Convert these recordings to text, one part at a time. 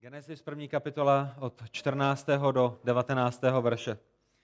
Genesis 1. kapitola od 14. do 19. verše.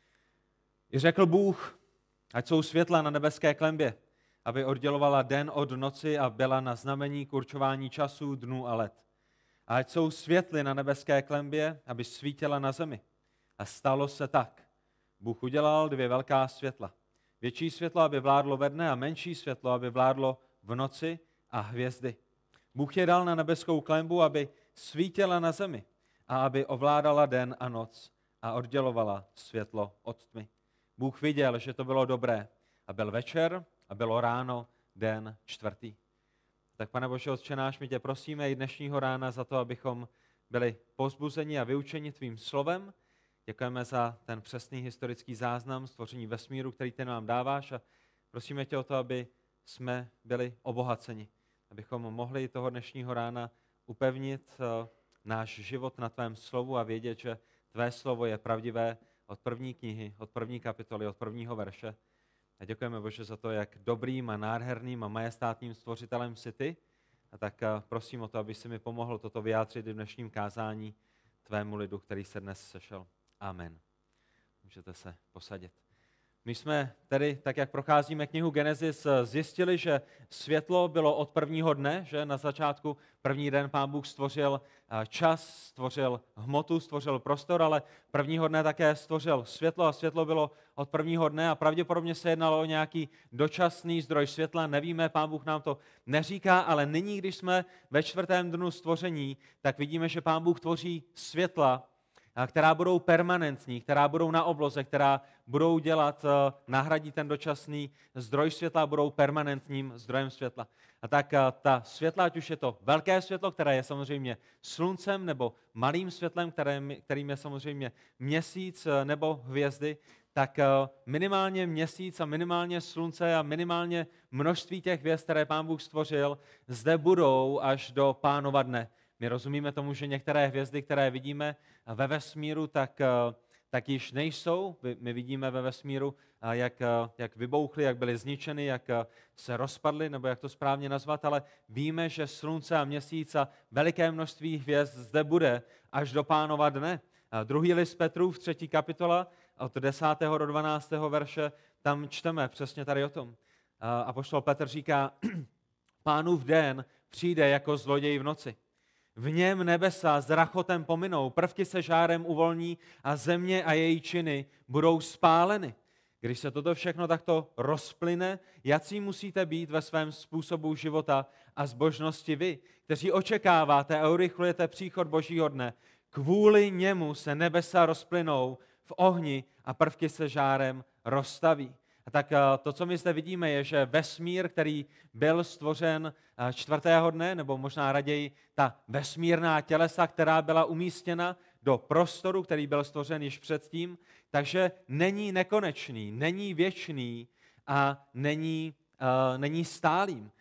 I řekl Bůh, ať jsou světla na nebeské klembě, aby oddělovala den od noci a byla na znamení k určování časů, dnů a let. A ať jsou světly na nebeské klembě, aby svítila na zemi. A stalo se tak. Bůh udělal 2 velká světla. Větší světlo, aby vládlo ve dne, a menší světlo, aby vládlo v noci, a hvězdy. Bůh je dal na nebeskou klembu, aby svítila na zemi a aby ovládala den a noc a oddělovala světlo od tmy. Bůh viděl, že to bylo dobré, a byl večer a bylo ráno, den 4. Tak, Pane Bože, Otče náš, my tě prosíme i dnešního rána za to, abychom byli povzbuzeni a vyučeni tvým slovem. Děkujeme za ten přesný historický záznam stvoření vesmíru, který ty nám dáváš, a prosíme tě o to, aby jsme byli obohaceni, abychom mohli toho dnešního rána upevnit náš život na tvém slovu a vědět, že tvé slovo je pravdivé od první knihy, od první kapitoly, od prvního verše. A děkujeme, Bože, za to, jak dobrým a nádherným a majestátním stvořitelem jsi ty. A tak prosím o to, aby si mi pomohl toto vyjádřit v dnešním kázání tvému lidu, který se dnes sešel. Amen. Můžete se posadit. My jsme tedy, tak jak procházíme knihu Genesis, zjistili, že světlo bylo od prvního dne, že na začátku první den Pán Bůh stvořil čas, stvořil hmotu, stvořil prostor, ale prvního dne také stvořil světlo a světlo bylo od prvního dne a pravděpodobně se jednalo o nějaký dočasný zdroj světla, nevíme, Pán Bůh nám to neříká, ale nyní, když jsme ve 4. dnu stvoření, tak vidíme, že Pán Bůh tvoří světla, která budou permanentní, která budou na obloze, která budou dělat, nahradí ten dočasný zdroj světla a budou permanentním zdrojem světla. A tak ta světla, ať už je to velké světlo, které je samozřejmě sluncem, nebo malým světlem, kterým je samozřejmě měsíc nebo hvězdy, tak minimálně měsíc a minimálně slunce a minimálně množství těch hvězd, které Pán Bůh stvořil, zde budou až do Pánova dne. My rozumíme tomu, že některé hvězdy, které vidíme ve vesmíru, tak již nejsou. My vidíme ve vesmíru, jak vybouchly, jak byly zničeny, jak se rozpadly, nebo jak to správně nazvat, ale víme, že slunce a měsíc a veliké množství hvězd zde bude až do Pánova dne. Druhý list Petrův, 3. kapitola, od 10. do 12. verše, tam čteme přesně tady o tom. Apoštol Petr říká, Pánův den přijde jako zloděj v noci. V něm nebesa s rachotem pominou, prvky se žárem uvolní a země a její činy budou spáleny. Když se toto všechno takto rozplyne, jací musíte být ve svém způsobu života a zbožnosti vy, kteří očekáváte a urychlujete příchod Božího dne. Kvůli němu se nebesa rozplynou v ohni a prvky se žárem roztaví. A tak to, co my zde vidíme, je, že vesmír, který byl stvořen 4. dne, nebo možná raději ta vesmírná tělesa, která byla umístěna do prostoru, který byl stvořen již předtím, takže není nekonečný, není věčný a není stálým.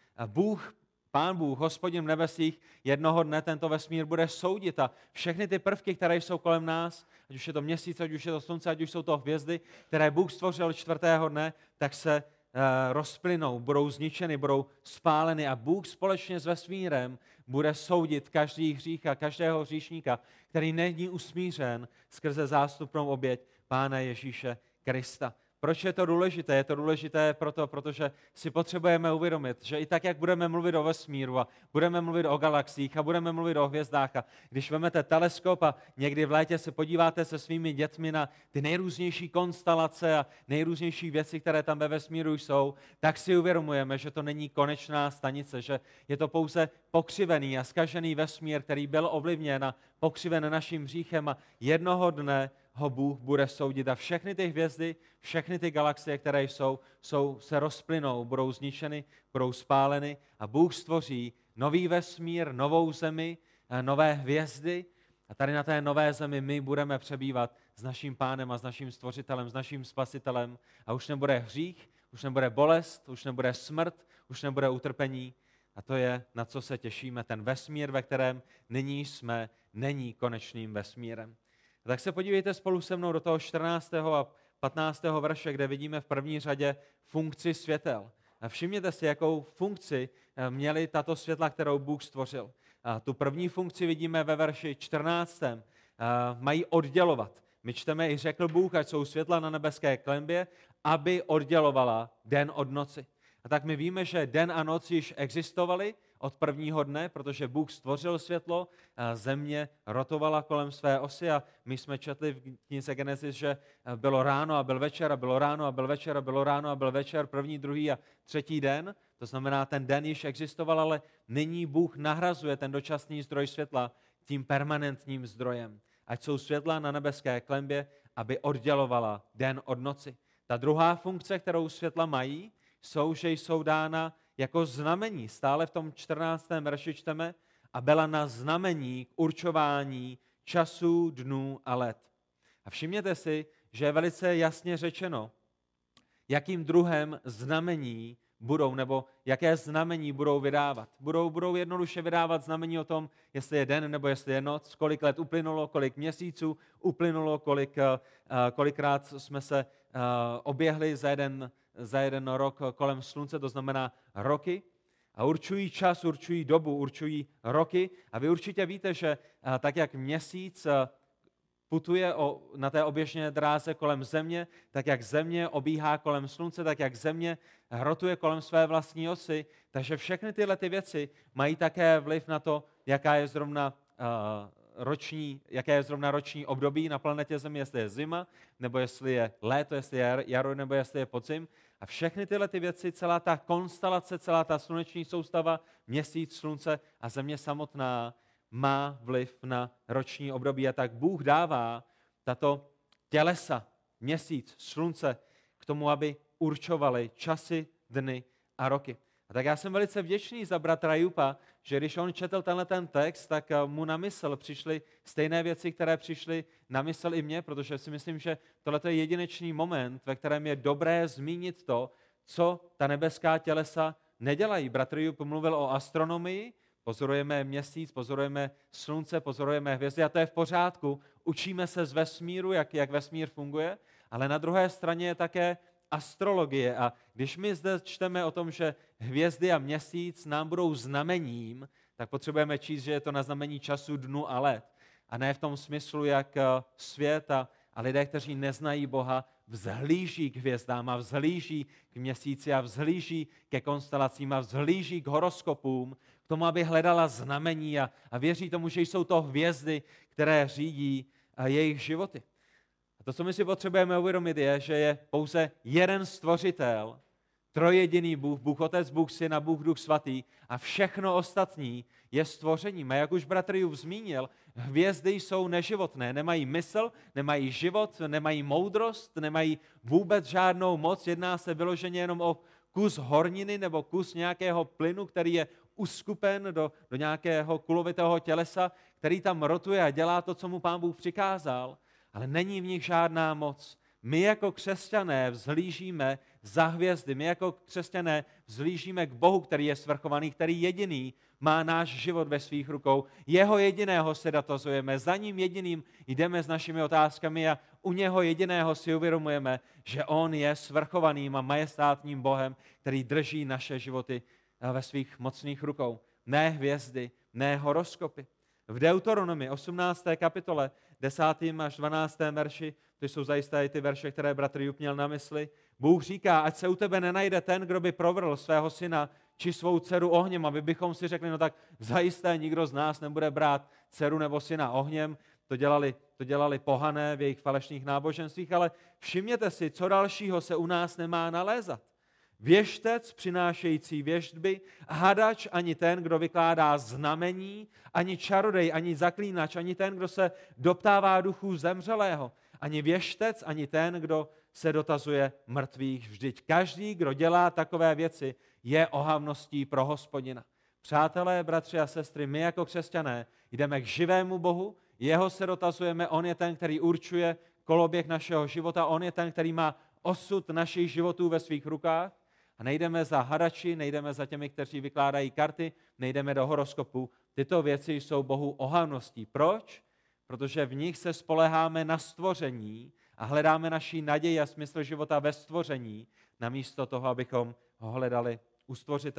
Pán Bůh, Hospodin v nebesích, jednoho dne tento vesmír bude soudit a všechny ty prvky, které jsou kolem nás, ať už je to měsíc, ať už je to slunce, ať už jsou to hvězdy, které Bůh stvořil 4. dne, tak se rozplynou, budou zničeny, budou spáleny a Bůh společně s vesmírem bude soudit každý hřích a každého hříšníka, který není usmířen skrze zástupnou oběť Pána Ježíše Krista. Proč je to důležité? Je to důležité protože si potřebujeme uvědomit, že i tak, jak budeme mluvit o vesmíru a budeme mluvit o galaxiích a budeme mluvit o hvězdách a když vezmete teleskop a někdy v létě se podíváte se svými dětmi na ty nejrůznější konstelace a nejrůznější věci, které tam ve vesmíru jsou, tak si uvědomujeme, že to není konečná stanice, že je to pouze pokřivený a zkažený vesmír, který byl ovlivněn a pokřiven naším hříchem a jednoho dne ho Bůh bude soudit a všechny ty hvězdy, všechny ty galaxie, které se rozplynou, budou zničeny, budou spáleny a Bůh stvoří nový vesmír, novou zemi, nové hvězdy a tady na té nové zemi my budeme přebývat s naším Pánem a s naším Stvořitelem, s naším Spasitelem a už nebude hřích, už nebude bolest, už nebude smrt, už nebude utrpení a to je, na co se těšíme. Ten vesmír, ve kterém nyní jsme, není konečným vesmírem. Tak se podívejte spolu se mnou do toho 14. a 15. verše, kde vidíme v první řadě funkci světel. A všimněte si, jakou funkci měli tato světla, kterou Bůh stvořil. Tu první funkci vidíme ve verši 14. Mají oddělovat. My čteme, i řekl Bůh, ať jsou světla na nebeské klenbě, aby oddělovala den od noci. A tak my víme, že den a noc již existovaly od prvního dne, protože Bůh stvořil světlo, a země rotovala kolem své osy a my jsme četli v knize Genesis, že bylo ráno a byl večer a bylo ráno a byl večer a bylo ráno a byl večer, první, druhý a třetí den. To znamená, ten den již existoval, ale nyní Bůh nahrazuje ten dočasný zdroj světla tím permanentním zdrojem. Ať jsou světla na nebeské klenbě, aby oddělovala den od noci. Ta druhá funkce, kterou světla mají, že jsou dána jako znamení. Stále v tom 14. verši čteme, a byla na znamení k určování časů, dnů a let. A všimněte si, že je velice jasně řečeno, jakým druhem znamení budou, nebo jaké znamení budou vydávat. Budou jednoduše vydávat znamení o tom, jestli je den nebo jestli je noc, kolik let uplynulo, kolik měsíců uplynulo, kolikrát jsme se oběhli za jeden rok kolem slunce, to znamená roky. A určují čas, určují dobu, určují roky. A vy určitě víte, že tak jak měsíc putuje na té oběžné dráze kolem země, tak jak země obíhá kolem slunce, tak jak země rotuje kolem své vlastní osy, takže všechny tyhle ty věci mají také vliv na to, jaké je zrovna roční období na planetě Zemi, jestli je zima, nebo jestli je léto, jestli je jaro, nebo jestli je podzim. A všechny tyhle ty věci, celá ta konstelace, celá ta sluneční soustava, měsíc, slunce a země samotná má vliv na roční období. A tak Bůh dává tato tělesa, měsíc, slunce, k tomu, aby určovali časy, dny a roky. A tak já jsem velice vděčný za bratra Jupa, že když on četl tenhle ten text, tak mu na mysl přišly stejné věci, které přišly na mysl i mně, protože si myslím, že tohle je jedinečný moment, ve kterém je dobré zmínit to, co ta nebeská tělesa nedělají. Bratr Jup mluvil o astronomii, pozorujeme měsíc, pozorujeme slunce, pozorujeme hvězdy a to je v pořádku. Učíme se z vesmíru, jak vesmír funguje, ale na druhé straně je také astrologie. A když my zde čteme o tom, že hvězdy a měsíc nám budou znamením, tak potřebujeme číst, že je to na znamení času, dnu a let. A ne v tom smyslu, jak svět a lidé, kteří neznají Boha, vzhlíží k hvězdám a vzhlíží k měsíci a vzhlíží ke konstelacím a vzhlíží k horoskopům, k tomu, aby hledala znamení a věří tomu, že jsou to hvězdy, které řídí jejich životy. A to, co my si potřebujeme uvědomit, je, že je pouze jeden stvořitel, trojjediný Bůh, Bůh Otec, Bůh Syn a Bůh Duch Svatý a všechno ostatní je stvořením. A jak už bratr Juv zmínil, hvězdy jsou neživotné, nemají mysl, nemají život, nemají moudrost, nemají vůbec žádnou moc, jedná se vyloženě jenom o kus horniny nebo kus nějakého plynu, který je uskupen do nějakého kulovitého tělesa, který tam rotuje a dělá to, co mu Pán Bůh přikázal, ale není v nich žádná moc. My jako křesťané vzhlížíme za hvězdy, my jako křesťané vzhlížíme k Bohu, který je svrchovaný, který jediný má náš život ve svých rukou. Jeho jediného se dotazujeme, za ním jediným jdeme s našimi otázkami a u něho jediného si uvědomujeme, že on je svrchovaným a majestátním Bohem, který drží naše životy ve svých mocných rukou. Ne hvězdy, ne horoskopy. V Deuteronomii 18. kapitole 10. až 12. verši, to jsou zajisté i ty verše, které bratr Jup měl na mysli, Bůh říká, ať se u tebe nenajde ten, kdo by provrl svého syna či svou dceru ohněm, aby bychom si řekli, no tak zajisté nikdo z nás nebude brát dceru nebo syna ohněm, to dělali pohané v jejich falešných náboženstvích, ale všimněte si, co dalšího se u nás nemá nalézat. Věštec přinášející věštby, hadač ani ten, kdo vykládá znamení, ani čarodej, ani zaklínač, ani ten, kdo se doptává duchů zemřelého, ani věštec, ani ten, kdo se dotazuje mrtvých. Vždyť každý, kdo dělá takové věci, je ohavností pro Hospodina. Přátelé, bratři a sestry, my jako křesťané jdeme k živému Bohu, jeho se dotazujeme, on je ten, který určuje koloběh našeho života, on je ten, který má osud našich životů ve svých rukách. A nejdeme za hadači, nejdeme za těmi, kteří vykládají karty, nejdeme do horoskopu. Tyto věci jsou Bohu ohavností. Proč? Protože v nich se spoléháme na stvoření a hledáme naši naději a smysl života ve stvoření, namísto toho, abychom ho hledali u stvořitele.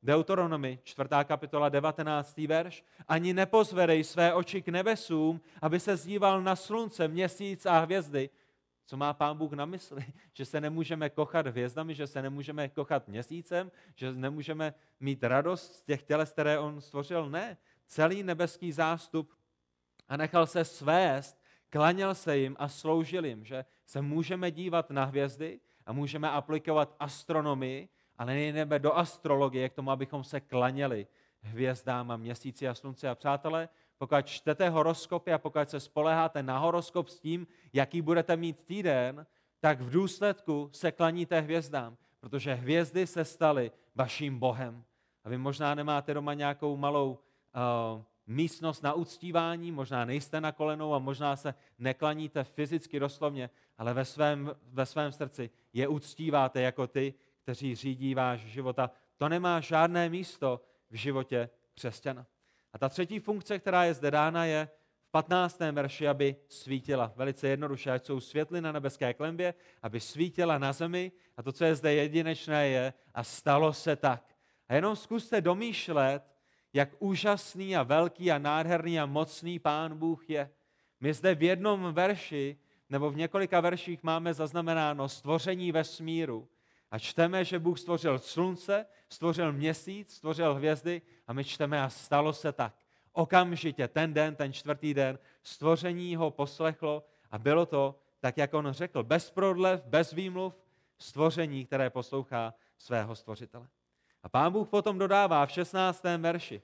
Deuteronomy, 4. kapitola, 19. verš. Ani nepozvedej své oči k nebesům, aby se díval na slunce, měsíc a hvězdy. Co má Pán Bůh na mysli? Že se nemůžeme kochat hvězdami, že se nemůžeme kochat měsícem, že nemůžeme mít radost z těch těles, které on stvořil? Ne. Celý nebeský zástup a nechal se svést, klaněl se jim a sloužil jim, že se můžeme dívat na hvězdy a můžeme aplikovat astronomii, ale nejdeme do astrologie k tomu, abychom se klaněli hvězdám a měsíci a slunci. A přátelé, pokud čtete horoskopy a pokud se spoléháte na horoskop s tím, jaký budete mít týden, tak v důsledku se klaníte hvězdám, protože hvězdy se staly vaším Bohem. A vy možná nemáte doma nějakou malou místnost na uctívání, možná nejste na kolenou a možná se neklaníte fyzicky doslovně, ale ve svém srdci je uctíváte jako ty, kteří řídí váš život. A to nemá žádné místo v životě křesťana. A ta třetí funkce, která je zde dána, je v 15. verši, aby svítila. Velice jednoduše, ať jsou světly na nebeské klembě, aby svítila na zemi. A to, co je zde jedinečné, je a stalo se tak. A jenom zkuste domýšlet, jak úžasný a velký a nádherný a mocný Pán Bůh je. My zde v jednom verši, nebo v několika verších máme zaznamenáno stvoření vesmíru. A čteme, že Bůh stvořil slunce, stvořil měsíc, stvořil hvězdy a my čteme a stalo se tak. Okamžitě ten den, ten čtvrtý den, stvoření ho poslechlo a bylo to tak, jak on řekl, bez prodlev, bez výmluv, stvoření, které poslouchá svého stvořitele. A Pán Bůh potom dodává v 16. verši.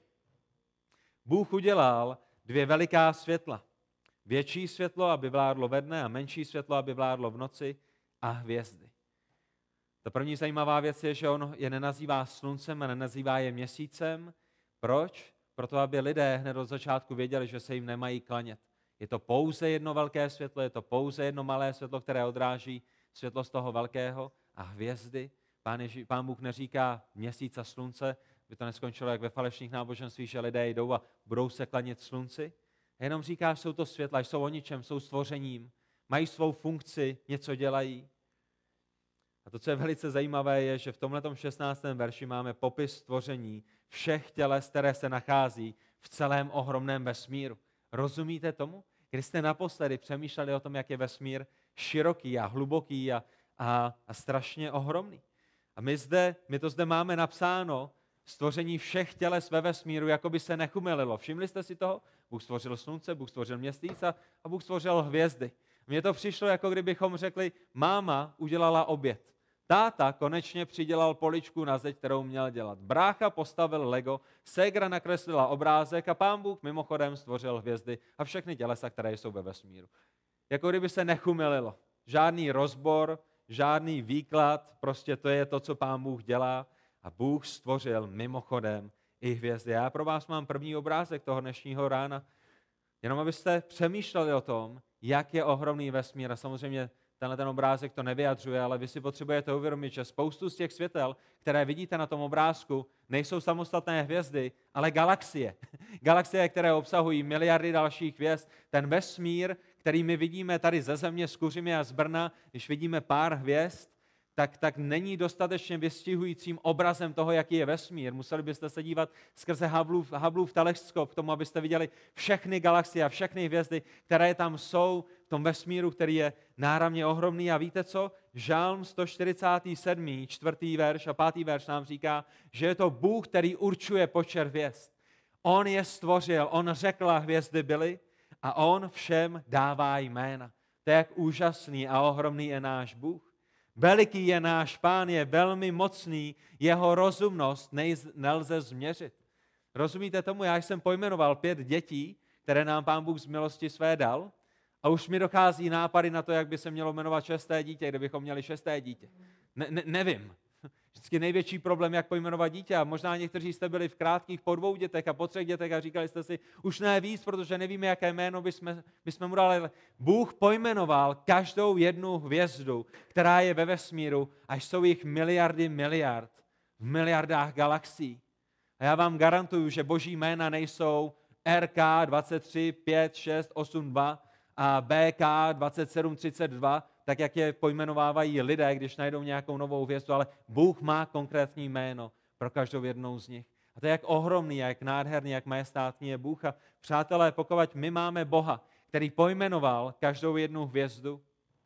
Bůh udělal dvě veliká světla. Větší světlo, aby vládlo ve dne a menší světlo, aby vládlo v noci a hvězdy. Ta první zajímavá věc je, že on je nenazývá sluncem a nenazývá je měsícem. Proč? Proto, aby lidé hned od začátku věděli, že se jim nemají klanět. Je to pouze jedno velké světlo, je to pouze jedno malé světlo, které odráží světlo z toho velkého a hvězdy. Pán Bůh neříká měsíc a slunce, by to neskončilo jak ve falešných náboženstvích, že lidé jdou a budou se klanět slunci. A jenom říká, že jsou to světla, jsou o ničem, jsou stvořením, mají svou funkci, něco dělají. A to, co je velice zajímavé, je, že v tomhletom 16. verši máme popis stvoření všech těles, které se nachází v celém ohromném vesmíru. Rozumíte tomu? Když jste naposledy přemýšleli o tom, jak je vesmír široký a hluboký a strašně ohromný. A my to zde máme napsáno, stvoření všech těles ve vesmíru, jako by se nechumelilo. Všimli jste si toho? Bůh stvořil slunce, Bůh stvořil měsíc a Bůh stvořil hvězdy. Mně to přišlo, jako kdybychom řekli, máma udělala oběd. Táta konečně přidělal poličku na zeď, kterou měl dělat. Brácha postavil Lego, ségra nakreslila obrázek a Pán Bůh mimochodem stvořil hvězdy a všechny tělesa, které jsou ve vesmíru. Jako kdyby se nechumelilo. Žádný rozbor, žádný výklad, prostě to je to, co Pán Bůh dělá a Bůh stvořil mimochodem i hvězdy. Já pro vás mám první obrázek toho dnešního rána, jenom abyste přemýšleli o tom, jak je ohromný vesmír a samozřejmě ten obrázek to nevyjadřuje, ale vy si potřebujete uvědomit, že spoustu z těch světel, které vidíte na tom obrázku, nejsou samostatné hvězdy, ale galaxie. Galaxie, které obsahují miliardy dalších hvězd. Ten vesmír, který my vidíme tady ze Země, z Kuřimy a z Brna, když vidíme pár hvězd, tak není dostatečně vystihujícím obrazem toho, jaký je vesmír. Museli byste se dívat skrze Hubbleův teleskop k tomu, abyste viděli všechny galaxie a všechny hvězdy, které tam jsou v tom vesmíru, který je náramně ohromný. A víte co? Žálm 147, 4. verš a 5. verš nám říká, že je to Bůh, který určuje počet hvězd. On je stvořil, on řekl, a hvězdy byly a on všem dává jména. To je jak úžasný a ohromný je náš Bůh. Veliký je náš Pán, je velmi mocný, jeho rozumnost nelze změřit. Rozumíte tomu? Já jsem pojmenoval 5 dětí, které nám Pán Bůh z milosti své dal a už mi dochází nápady na to, jak by se mělo jmenovat 6. dítě, kdybychom měli 6. dítě. Nevím. Vždycky největší problém, jak pojmenovat dítě. A možná někteří jste byli v krátkých po 2 dětech a po 3 dětech a říkali jste si, už ne víc, protože nevíme, jaké jméno bychom mu dali. Bůh pojmenoval každou jednu hvězdu, která je ve vesmíru, až jsou jich miliardy miliard, v miliardách galaxií. A já vám garantuju, že boží jména nejsou RK 23 5 6 8 2 a BK 27 32, tak jak je pojmenovávají lidé, když najdou nějakou novou hvězdu, ale Bůh má konkrétní jméno pro každou jednou z nich. A to je jak ohromný, jak nádherný, jak majestátní je Bůh. A přátelé, pokud my máme Boha, který pojmenoval každou jednu hvězdu,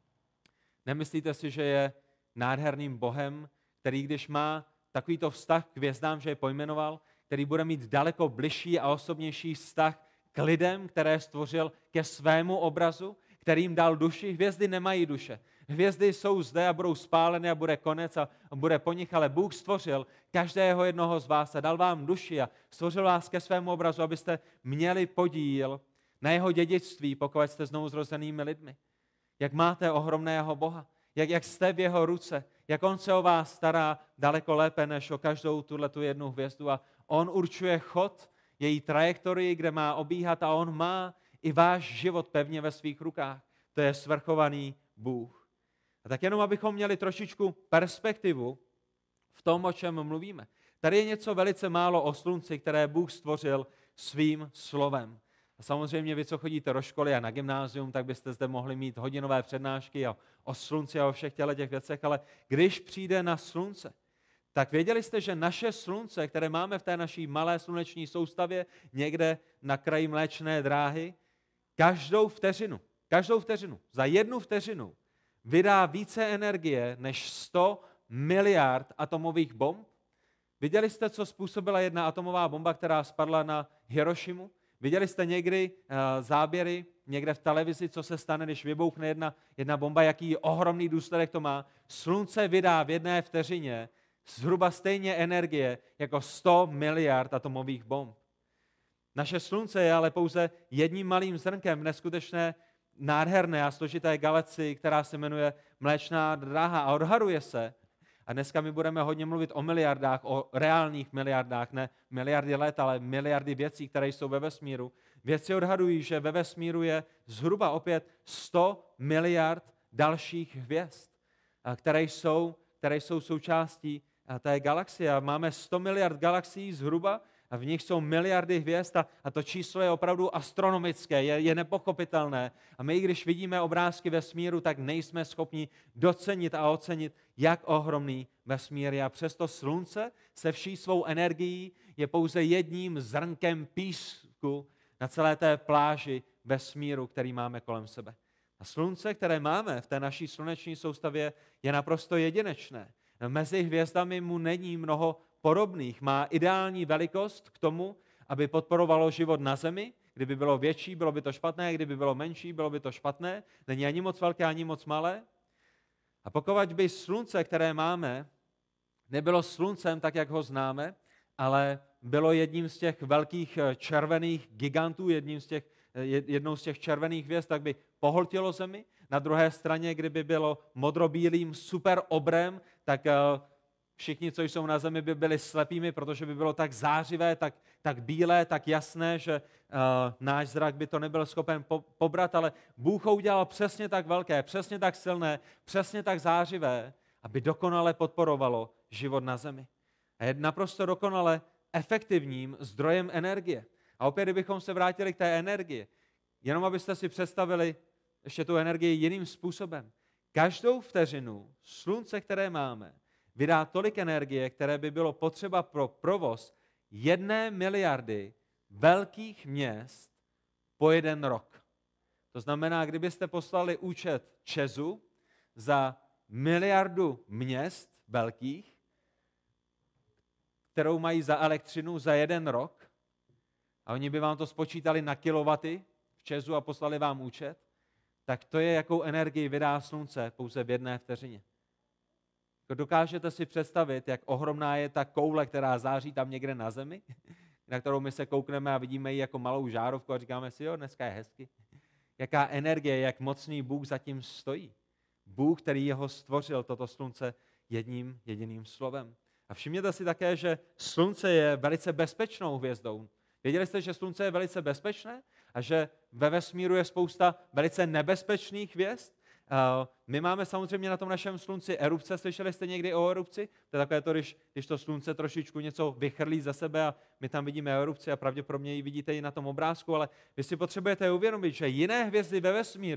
nemyslíte si, že je nádherným Bohem, který když má takovýto vztah k hvězdám, že je pojmenoval, který bude mít daleko bližší a osobnější vztah k lidem, které stvořil ke svému obrazu, kterým dal duši. Hvězdy nemají duše. Hvězdy jsou zde a budou spáleny a bude konec a bude po nich, ale Bůh stvořil každého jednoho z vás a dal vám duši a stvořil vás ke svému obrazu, abyste měli podíl na jeho dědictví, pokud jste znovu zrozenými lidmi. Jak máte ohromného Boha, jak jste v jeho ruce, jak on se o vás stará daleko lépe než o každou tuhletu jednu hvězdu a on určuje chod, její trajektorii, kde má obíhat a on má i váš život pevně ve svých rukách. To je svrchovaný Bůh. A tak jenom, abychom měli trošičku perspektivu v tom, o čem mluvíme. Tady je něco velice málo o slunci, které Bůh stvořil svým slovem. A samozřejmě vy, co chodíte do školy a na gymnázium, tak byste zde mohli mít hodinové přednášky o slunci a o všech těch věcech, ale když přijde na slunce, tak věděli jste, že naše slunce, které máme v té naší malé sluneční soustavě, někde na kraji Mléčné dráhy, každou vteřinu, za 1 vteřinu vydá více energie než 100 miliard atomových bomb. Viděli jste, co způsobila jedna atomová bomba, která spadla na Hirošimu? Viděli jste někdy záběry někde v televizi, co se stane, když vybouchne jedna bomba, jaký ohromný důsledek to má? Slunce vydá v 1 vteřině zhruba stejně energie jako 100 miliard atomových bomb. Naše slunce je ale pouze jedním malým zrnkem v neskutečné nádherné a složité galaxii, která se jmenuje Mléčná dráha a odhaduje se, a dneska my budeme hodně mluvit o miliardách, o reálných miliardách, ne miliardy let, ale miliardy věcí, které jsou ve vesmíru. Vědci odhadují, že ve vesmíru je zhruba opět 100 miliard dalších hvězd, které jsou součástí té galaxie. A máme 100 miliard galaxií zhruba, a v nich jsou miliardy hvězd a to číslo je opravdu astronomické, je nepochopitelné. A my, když vidíme obrázky vesmíru, tak nejsme schopni docenit a ocenit, jak ohromný vesmír je. A přesto slunce se vší svou energií je pouze jedním zrnkem písku na celé té pláži vesmíru, který máme kolem sebe. A slunce, které máme v té naší sluneční soustavě, je naprosto jedinečné. Mezi hvězdami mu není mnoho podobných. Má ideální velikost k tomu, aby podporovalo život na Zemi. Kdyby bylo větší, bylo by to špatné, kdyby bylo menší, bylo by to špatné. Není ani moc velké, ani moc malé. A pokud by slunce, které máme, nebylo sluncem tak, jak ho známe, ale bylo jedním z těch velkých červených gigantů, jednou z těch červených hvězd, tak by pohltilo Zemi. Na druhé straně, kdyby bylo modrobílým super obrem, tak všichni, co jsou na Zemi, by byli slepými, protože by bylo tak zářivé, tak bílé, tak jasné, že náš zrak by to nebyl schopen pobrat, ale Bůh ho udělal přesně tak velké, přesně tak silné, přesně tak zářivé, aby dokonale podporovalo život na Zemi. A je naprosto dokonale efektivním zdrojem energie. A opět, kdybychom se vrátili k té energii, jenom abyste si představili ještě tu energii jiným způsobem. Každou vteřinu slunce, které máme, vydá tolik energie, které by bylo potřeba pro provoz 1 miliardy velkých měst po 1 rok. To znamená, kdybyste poslali účet ČEZu za miliardu měst velkých, kterou mají za elektřinu za 1 rok, a oni by vám to spočítali na kilowaty v ČEZu a poslali vám účet, tak to je, jakou energii vydá slunce pouze v 1 vteřině. Dokážete si představit, jak ohromná je ta koule, která září tam někde na Zemi, na kterou my se koukneme a vidíme ji jako malou žárovku a říkáme si, jo, dneska je hezky. Jaká energie, jak mocný Bůh zatím stojí. Bůh, který jeho stvořil, toto slunce jedním jediným slovem. A všimněte si také, že slunce je velice bezpečnou hvězdou. Věděli jste, že slunce je velice bezpečné a že ve vesmíru je spousta velice nebezpečných hvězd? My máme samozřejmě na tom našem slunci erupce. Slyšeli jste někdy o erupci? To je takové to, když to slunce trošičku něco vychrlí ze sebe a my tam vidíme erupci a pravděpodobně ji vidíte i na tom obrázku, ale vy si potřebujete uvědomit, že jiné hvězdy ve vesmíru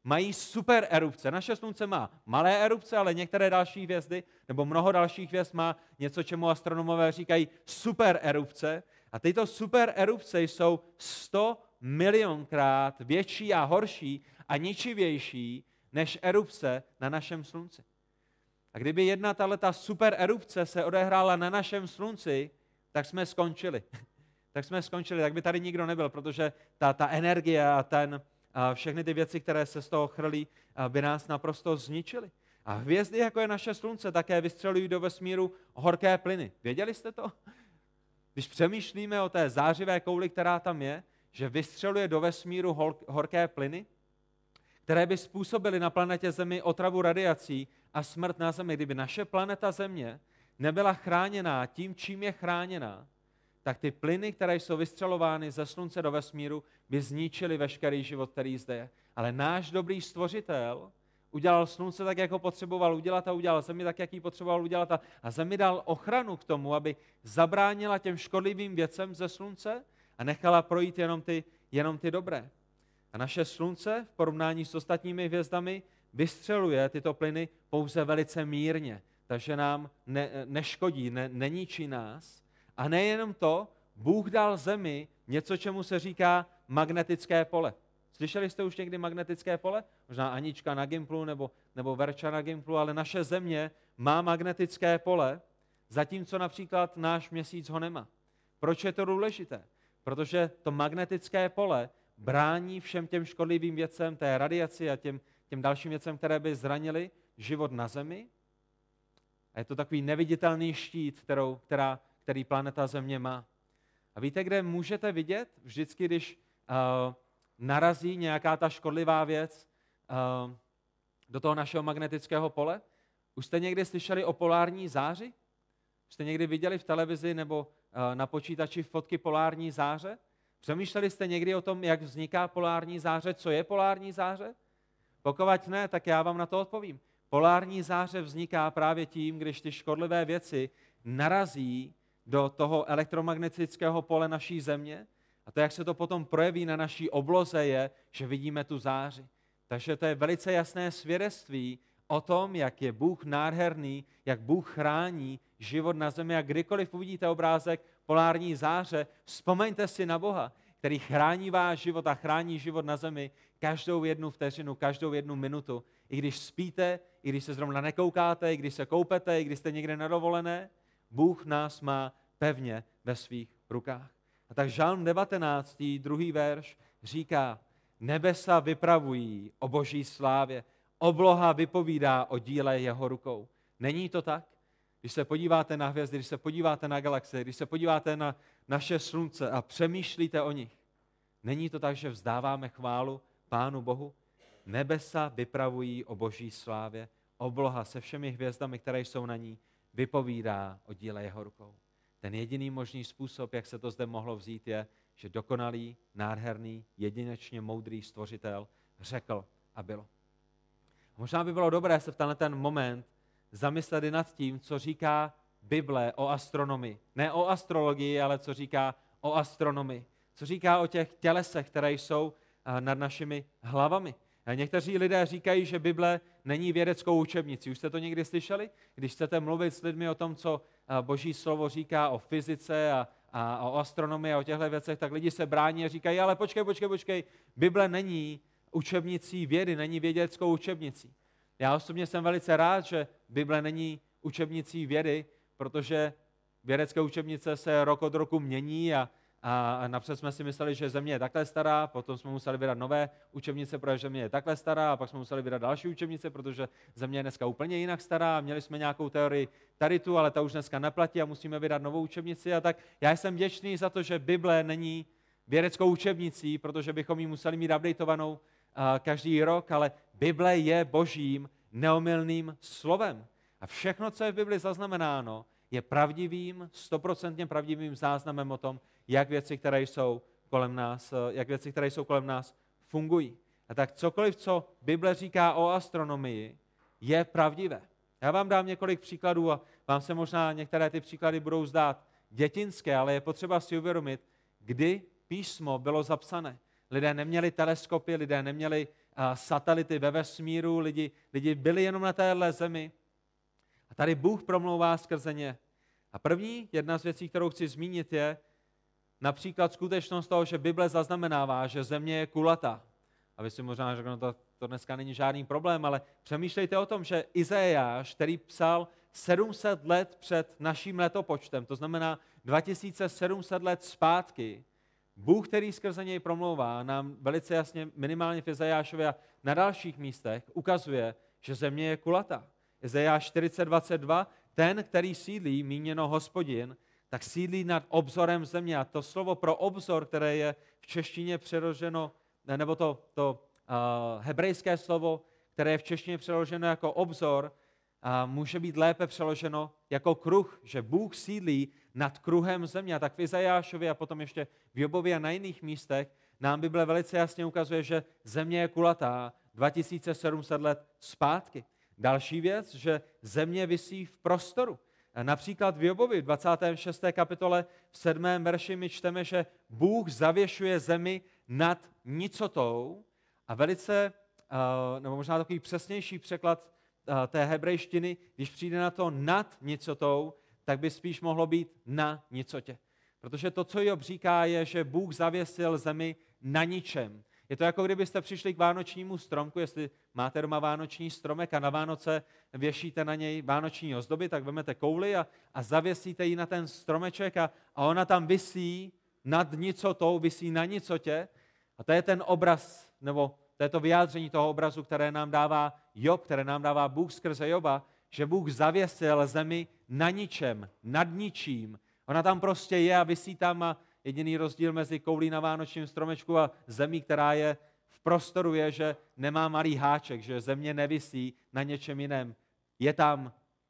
mají super erupce. Naše slunce má malé erupce, ale některé další hvězdy, nebo mnoho dalších hvězd má něco, čemu astronomové říkají super erupce. A tyto super erupce jsou 100 milionkrát větší a horší a ničivější než erupce na našem slunci. A kdyby jedna tato super erupce se odehrála na našem slunci, tak jsme skončili. Tak by tady nikdo nebyl, protože ta energie a všechny ty věci, které se z toho chrlí, by nás naprosto zničily. A hvězdy, jako je naše slunce, také vystřelují do vesmíru horké plyny. Věděli jste to? Když přemýšlíme o té zářivé kouli, která tam je, že vystřeluje do vesmíru horké plyny, které by způsobily na planetě Zemi otravu radiací a smrt na Zemi. Kdyby naše planeta Země nebyla chráněná tím, čím je chráněná, tak ty plyny, které jsou vystřelovány ze slunce do vesmíru, by zničily veškerý život, který zde je. Ale náš dobrý stvořitel udělal slunce tak, jako potřeboval udělat a udělal Zemi tak, jak ji potřeboval udělat a Zemi dal ochranu k tomu, aby zabránila těm škodlivým věcem ze slunce a nechala projít jenom ty dobré. A naše slunce v porovnání s ostatními hvězdami vystřeluje tyto plyny pouze velice mírně, takže nám neškodí, neničí nás. A nejenom to, Bůh dal Zemi něco, čemu se říká magnetické pole. Slyšeli jste už někdy magnetické pole? Možná Anička na Gimplu nebo Verča na Gimplu, ale naše Země má magnetické pole, zatímco například náš Měsíc ho nemá. Proč je to důležité? Protože to magnetické pole brání všem těm škodlivým věcem, té radiaci a těm dalším věcem, které by zranily život na Zemi. A je to takový neviditelný štít, který planeta Země má. A víte, kde můžete vidět? Vždycky, když narazí nějaká ta škodlivá věc do toho našeho magnetického pole. Už jste někdy slyšeli o polární záři? Už jste někdy viděli v televizi nebo na počítači fotky polární záře? Přemýšleli jste někdy o tom, jak vzniká polární záře? Co je polární záře? Pokud ne, tak já vám na to odpovím. Polární záře vzniká právě tím, když ty škodlivé věci narazí do toho elektromagnetického pole naší Země. A to, jak se to potom projeví na naší obloze, je, že vidíme tu záři. Takže to je velice jasné svědectví o tom, jak je Bůh nádherný, jak Bůh chrání život na Zemi. A kdykoliv uvidíte obrázek polární záře, vzpomeňte si na Boha, který chrání váš život a chrání život na Zemi každou jednu vteřinu, každou jednu minutu. I když spíte, i když se zrovna nekoukáte, i když se koupete, i když jste někde na dovolené, Bůh nás má pevně ve svých rukách. A tak Žalm 19, 2. verš říká, nebesa vypravují o boží slávě, obloha vypovídá o díle jeho rukou. Není to tak? Když se podíváte na hvězdy, když se podíváte na galaxie, když se podíváte na naše slunce a přemýšlíte o nich, není to tak, že vzdáváme chválu Pánu Bohu? Nebesa vypravují o boží slávě, obloha se všemi hvězdami, které jsou na ní, vypovídá o díle jeho rukou. Ten jediný možný způsob, jak se to zde mohlo vzít, je, že dokonalý, nádherný, jedinečně moudrý stvořitel řekl a bylo. Možná by bylo dobré se v ten moment zamyslet i nad tím, co říká Bible o astronomii. Ne o astrologii, ale co říká o astronomii. Co říká o těch tělesech, které jsou nad našimi hlavami. A někteří lidé říkají, že Bible není vědeckou učebnicí. Už jste to někdy slyšeli? Když chcete mluvit s lidmi o tom, co Boží slovo říká o fyzice a o astronomii a o těchto věcech, tak lidi se brání a říkají, ale počkej, Bible není učebnicí vědy, není vědeckou učebnicí. Já osobně jsem velice rád, že Bible není učebnicí vědy, protože vědecké učebnice se rok od roku mění a napřed jsme si mysleli, že Země je takhle stará, potom jsme museli vydat nové učebnice, protože Země je takhle stará, a pak jsme museli vydat další učebnice, protože Země je dneska úplně jinak stará. Měli jsme nějakou teorii tady tu, ale ta už dneska neplatí a musíme vydat novou učebnici. A tak já jsem vděčný za to, že Bible není vědeckou učebnicí, protože bychom ji museli mít updateovanou každý rok, ale Bible je Božím neomylným slovem. A všechno, co je v Bibli zaznamenáno, je pravdivým, 100% pravdivým záznamem o tom, jak věci, které jsou kolem nás, fungují. A tak cokoliv, co Bible říká o astronomii, je pravdivé. Já vám dám několik příkladů a vám se možná některé ty příklady budou zdát dětinské, ale je potřeba si uvědomit, kdy písmo bylo zapsané. Lidé neměli teleskopy, lidé neměli satelity ve vesmíru, lidi byli jenom na téhle zemi. A tady Bůh promlouvá skrze ně. A první, jedna z věcí, kterou chci zmínit, je například skutečnost toho, že Bible zaznamenává, že země je kulatá. A vy si možná řeknete, no to dneska není žádný problém, ale přemýšlejte o tom, že Izajáš, který psal 700 let před naším letopočtem, to znamená 2700 let zpátky, Bůh, který skrze něj promlouvá, nám velice jasně, minimálně v Izajášově a na dalších místech, ukazuje, že země je kulatá. Izajáš 40:22, ten, který sídlí, míněno Hospodin, tak sídlí nad obzorem země. A to slovo pro obzor, které je v češtině přeloženo, nebo to hebrejské slovo, které je v češtině přeloženo jako obzor, může být lépe přeloženo jako kruh, že Bůh sídlí nad kruhem země. A tak v Izajášově a potom ještě v Jobově a na jiných místech nám Bible velice jasně ukazuje, že země je kulatá 2700 let zpátky. Další věc, že země visí v prostoru. Například v Jobovi 26. kapitole v 7. verši my čteme, že Bůh zavěšuje zemi nad nicotou a velice, nebo možná takový přesnější překlad té hebrejštiny, když přijde na to nad nicotou, tak by spíš mohlo být na nicotě. Protože to, co Job říká, je, že Bůh zavěsil zemi na ničem. Je to jako kdybyste přišli k vánočnímu stromku, jestli máte doma vánoční stromek a na Vánoce věšíte na něj vánoční ozdoby, tak vezmete kouli a zavěsíte ji na ten stromeček a ona tam visí nad nicotou, visí na nicotě. A to je ten obraz, nebo to je to vyjádření toho obrazu, které nám dává Job, které nám dává Bůh skrze Joba, že Bůh zavěsil zemi na ničem, nad ničím. Ona tam prostě je a visí tam a jediný rozdíl mezi koulí na vánočním stromečku a zemí, která je v prostoru, je, že nemá malý háček, že země nevisí na něčem jiném. Je tam.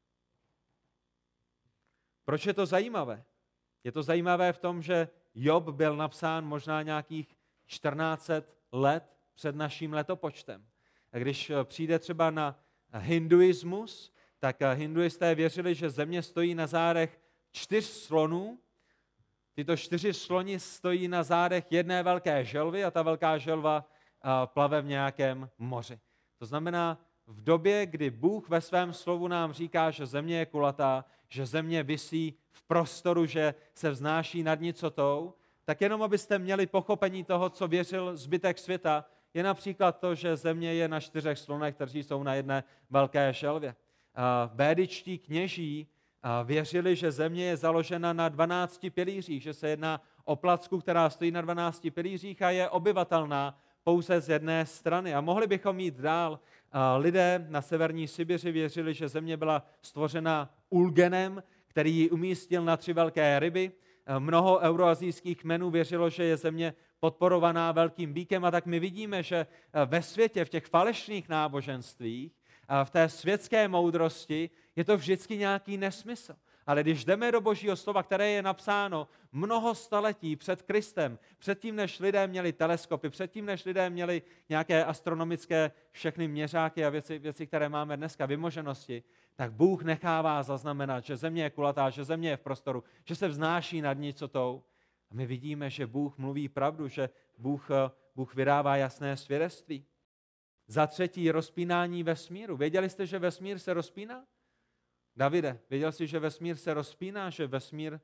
Proč je to zajímavé? Je to zajímavé v tom, že Job byl napsán možná nějakých 1400 let před naším letopočtem. A když přijde třeba na hinduismus, tak hinduisté věřili, že země stojí na zádech 4 slonů. Tyto 4 sloni stojí na zádech jedné velké želvy a ta velká želva plave v nějakém moři. To znamená, v době, kdy Bůh ve svém slovu nám říká, že země je kulatá, že země visí v prostoru, že se vznáší nad nicotou, tak jenom abyste měli pochopení toho, co věřil zbytek světa, je například to, že země je na 4 slonech, kteří jsou na jedné velké želvě. Védičtí kněží věřili, že země je založena na 12 pilířích, že se jedná o placku, která stojí na 12 pilířích a je obyvatelná pouze z jedné strany. A mohli bychom jít dál. Lidé na severní Sibiři věřili, že země byla stvořena Ulgenem, který ji umístil na 3 velké ryby. Mnoho euroazijských kmenů věřilo, že je země podporovaná velkým býkem, a tak my vidíme, že ve světě, v těch falešných náboženstvích, v té světské moudrosti je to vždycky nějaký nesmysl. Ale když jdeme do Božího slova, které je napsáno mnoho staletí před Kristem, předtím, než lidé měli teleskopy, předtím, než lidé měli nějaké astronomické všechny měřáky a věci, které máme dneska, vymoženosti, tak Bůh nechává zaznamenat, že země je kulatá, že země je v prostoru, že se vznáší nad nicotou. A my vidíme, že Bůh mluví pravdu, že Bůh vydává jasné svědectví. Za třetí, rozpínání vesmíru. Věděli jste, že vesmír se rozpíná? Davide, věděl jsi, že vesmír se rozpíná, že vesmír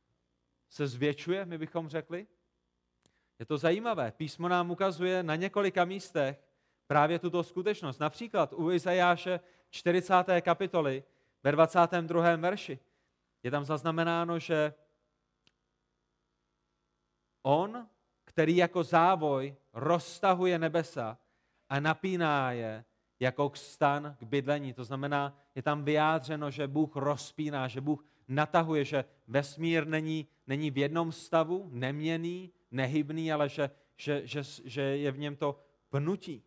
se zvětšuje, my bychom řekli? Je to zajímavé. Písmo nám ukazuje na několika místech právě tuto skutečnost. Například u Izajáše 40. kapitoly ve 22. verši. Je tam zaznamenáno, že on, který jako závoj roztahuje nebesa a napíná je jako stan k bydlení. To znamená, je tam vyjádřeno, že Bůh rozpíná, že Bůh natahuje, že vesmír není v jednom stavu, neměnný, nehybný, ale že je v něm to pnutí.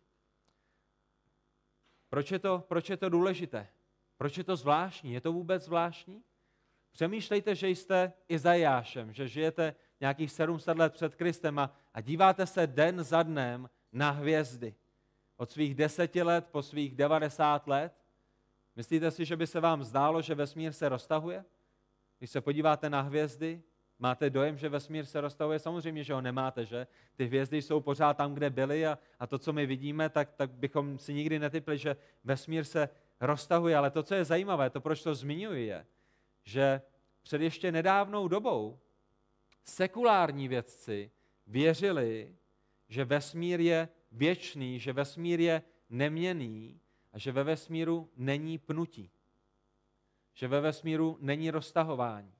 Proč je to důležité? Proč je to zvláštní? Je to vůbec zvláštní? Přemýšlejte, že jste Izajášem, že žijete nějakých 700 let před Kristem a díváte se den za dnem na hvězdy. Od svých 10 let po svých 90 let. Myslíte si, že by se vám zdálo, že vesmír se roztahuje? Když se podíváte na hvězdy, máte dojem, že vesmír se roztahuje? Samozřejmě, že ho nemáte, že? Ty hvězdy jsou pořád tam, kde byly a to, co my vidíme, tak bychom si nikdy netypli, že vesmír se roztahuje. Ale to, co je zajímavé, to, proč to zmiňuji, je, že před ještě nedávnou dobou sekulární vědci věřili, že vesmír je věčný, že vesmír je neměnný a že ve vesmíru není pnutí. Že ve vesmíru není roztahování.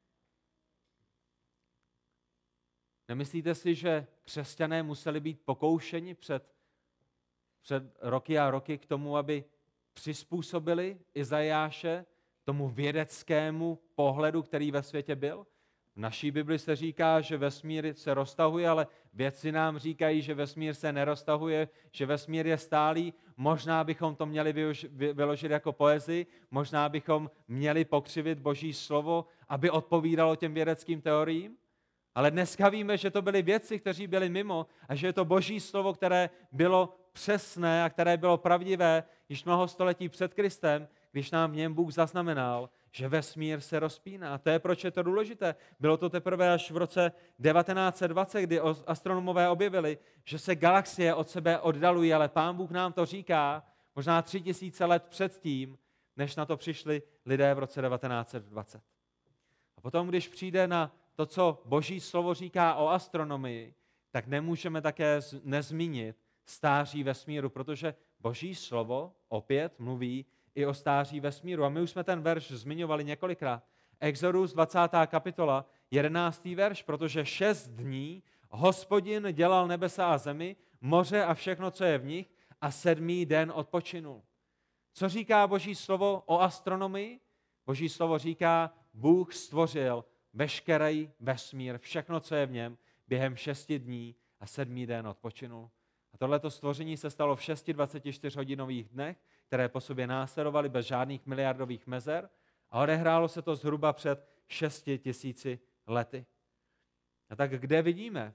Nemyslíte si, že křesťané museli být pokoušeni před roky a roky k tomu, aby přizpůsobili Izajáše tomu vědeckému pohledu, který ve světě byl? V naší Bibli se říká, že vesmír se roztahuje, ale vědci nám říkají, že vesmír se neroztahuje, že vesmír je stálý. Možná bychom to měli vyložit jako poezii, možná bychom měli pokřivit Boží slovo, aby odpovídalo těm vědeckým teoriím. Ale dneska víme, že to byli vědci, kteří byli mimo a že je to Boží slovo, které bylo přesné a které bylo pravdivé již mnoho století před Kristem, když nám v něm Bůh zaznamenal, že vesmír se rozpíná. A to je, proč je to důležité. Bylo to teprve až v roce 1920, kdy astronomové objevili, že se galaxie od sebe oddalují, ale Pán Bůh nám to říká možná 3000 let předtím, než na to přišli lidé v roce 1920. A potom, když přijde na to, co Boží slovo říká o astronomii, tak nemůžeme také nezmínit stáří vesmíru, protože Boží slovo opět mluví i o stáří vesmíru. A my už jsme ten verš zmiňovali několikrát. Exodus 20. kapitola, 11. verš, protože 6 dní Hospodin dělal nebesa a zemi, moře a všechno, co je v nich, a 7. den odpočinul. Co říká Boží slovo o astronomii? Boží slovo říká, Bůh stvořil veškerý vesmír, všechno, co je v něm, během 6 dní a 7. den odpočinul. A tohleto stvoření se stalo v 6 24hodinových dnech, které po sobě následovaly bez žádných miliardových mezer a odehrálo se to zhruba před 6 000 lety. A tak kde vidíme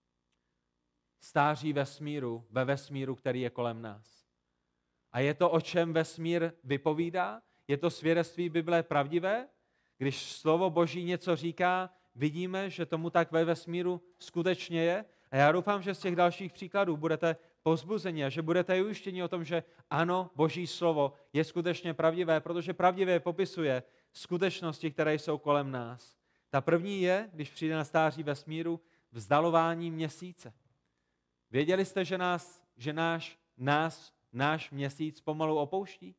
stáří vesmíru, ve vesmíru, který je kolem nás? A je to, o čem vesmír vypovídá? Je to svědectví Bible pravdivé? Když slovo Boží něco říká, vidíme, že tomu tak ve vesmíru skutečně je. A já doufám, že z těch dalších příkladů budete povzbuzeni a že budete ujištěni o tom, že ano, Boží slovo je skutečně pravdivé, protože pravdivě popisuje skutečnosti, které jsou kolem nás. Ta první je, když přijde na stáří vesmíru, vzdalování měsíce. Věděli jste, že náš měsíc pomalu opouští?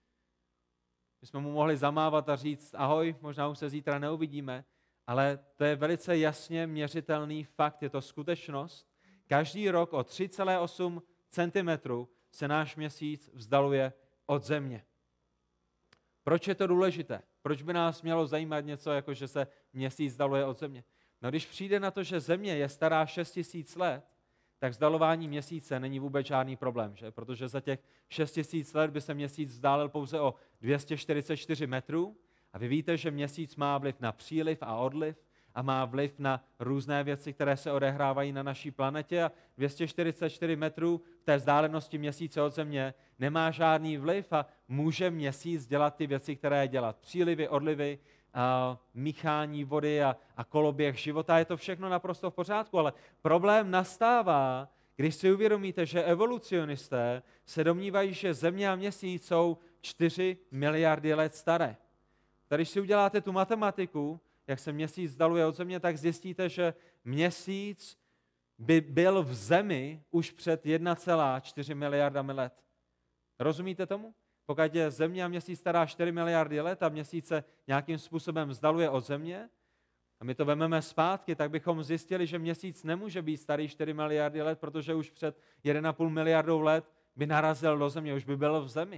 My jsme mu mohli zamávat a říct ahoj, možná už se zítra neuvidíme, ale to je velice jasně měřitelný fakt, je to skutečnost. Každý rok o 3,8 cm se náš měsíc vzdaluje od Země. Proč je to důležité? Proč by nás mělo zajímat něco, jako že se měsíc vzdaluje od Země? No když přijde na to, že Země je stará 6 000 let, tak vzdalování měsíce není vůbec žádný problém, že? Protože za těch 6 000 let by se měsíc vzdálil pouze o 244 metrů a vy víte, že měsíc má vliv na příliv a odliv a má vliv na různé věci, které se odehrávají na naší planetě a 244 metrů v té vzdálenosti měsíce od Země nemá žádný vliv a může měsíc dělat ty věci, které dělat. Přílivy, odlivy, míchání vody a koloběh života, je to všechno naprosto v pořádku, ale problém nastává, když si uvědomíte, že evolucionisté se domnívají, že Země a Měsíc jsou 4 miliardy let staré. Tady, když si uděláte tu matematiku, jak se Měsíc vzdaluje od Země, tak zjistíte, že Měsíc by byl v Zemi už před 1,4 miliardami let. Rozumíte tomu? Pokud je Země a Měsíc stará 4 miliardy let a Měsíc se nějakým způsobem vzdaluje od Země, a my to vememe zpátky, tak bychom zjistili, že Měsíc nemůže být starý 4 miliardy let, protože už před 1,5 miliardou let by narazil do Země, už by byl v Zemi.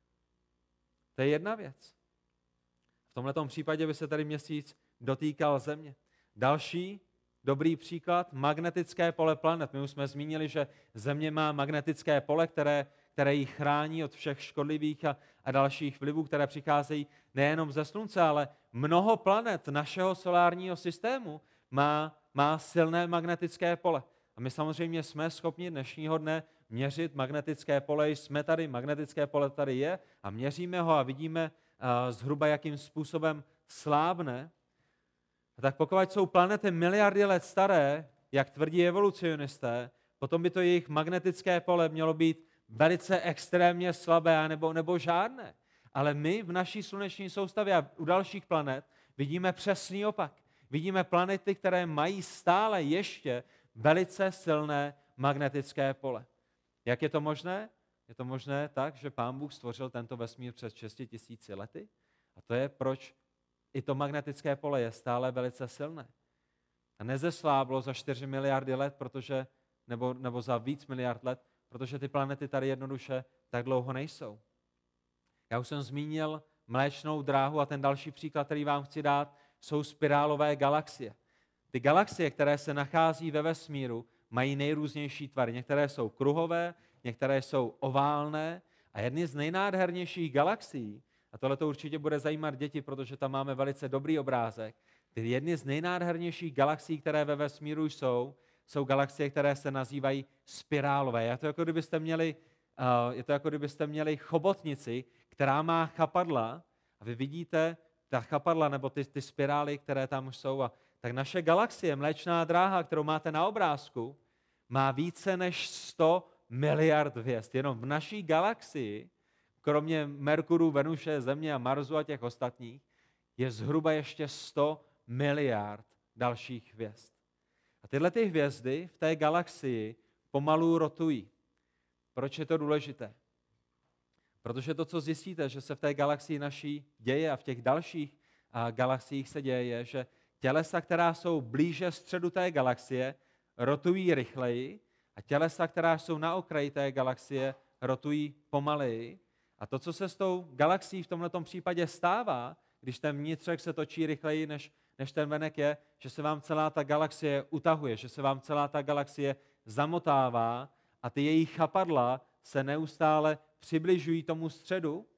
To je jedna věc. V tomhletom případě by se tady Měsíc dotýkal Země. Další dobrý příklad, magnetické pole planet. My už jsme zmínili, že Země má magnetické pole, které ji chrání od všech škodlivých a dalších vlivů, které přicházejí nejenom ze Slunce, ale mnoho planet našeho solárního systému má silné magnetické pole. A my samozřejmě jsme schopni dnešního dne měřit magnetické pole, jsme tady, magnetické pole tady je a měříme ho a vidíme zhruba, jakým způsobem slábne. A tak pokud jsou planety miliardy let staré, jak tvrdí evolucionisté, potom by to jejich magnetické pole mělo být velice extrémně slabé nebo žádné. Ale my v naší sluneční soustavě a u dalších planet vidíme přesný opak. Vidíme planety, které mají stále ještě velice silné magnetické pole. Jak je to možné? Je to možné tak, že Pán Bůh stvořil tento vesmír před 6 000 lety? A to je, proč i to magnetické pole je stále velice silné. A nezesláblo za 4 miliardy let, nebo za víc miliard let, protože ty planety tady jednoduše tak dlouho nejsou. Já už jsem zmínil Mléčnou dráhu a ten další příklad, který vám chci dát, jsou spirálové galaxie. Ty galaxie, které se nachází ve vesmíru, mají nejrůznější tvary. Některé jsou kruhové, některé jsou oválné a jedny z nejnádhernějších galaxií, a tohle to určitě bude zajímat děti, protože tam máme velice dobrý obrázek, ty jedny z nejnádhernějších galaxií, které ve vesmíru jsou galaxie, které se nazývají spirálové. Je to jako kdybyste měli chobotnici, která má chapadla a vy vidíte ta chapadla nebo ty spirály, které tam už jsou. Tak naše galaxie, Mléčná dráha, kterou máte na obrázku, má více než 100 miliard hvězd. Jenom v naší galaxii, kromě Merkuru, Venuše, Země a Marsu a těch ostatních, je zhruba ještě 100 miliard dalších hvězd. A tyhle ty hvězdy v té galaxii pomalu rotují. Proč je to důležité? Protože to, co zjistíte, že se v té galaxii naší děje a v těch dalších galaxiích se děje, je, že tělesa, která jsou blíže středu té galaxie, rotují rychleji a tělesa, která jsou na okraji té galaxie, rotují pomaleji. A to, co se s tou galaxií v tomto případě stává, když ten vnitřek se točí rychleji než ten venek, je, že se vám celá ta galaxie utahuje, že se vám celá ta galaxie zamotává a ty její chapadla se neustále přibližují tomu středu.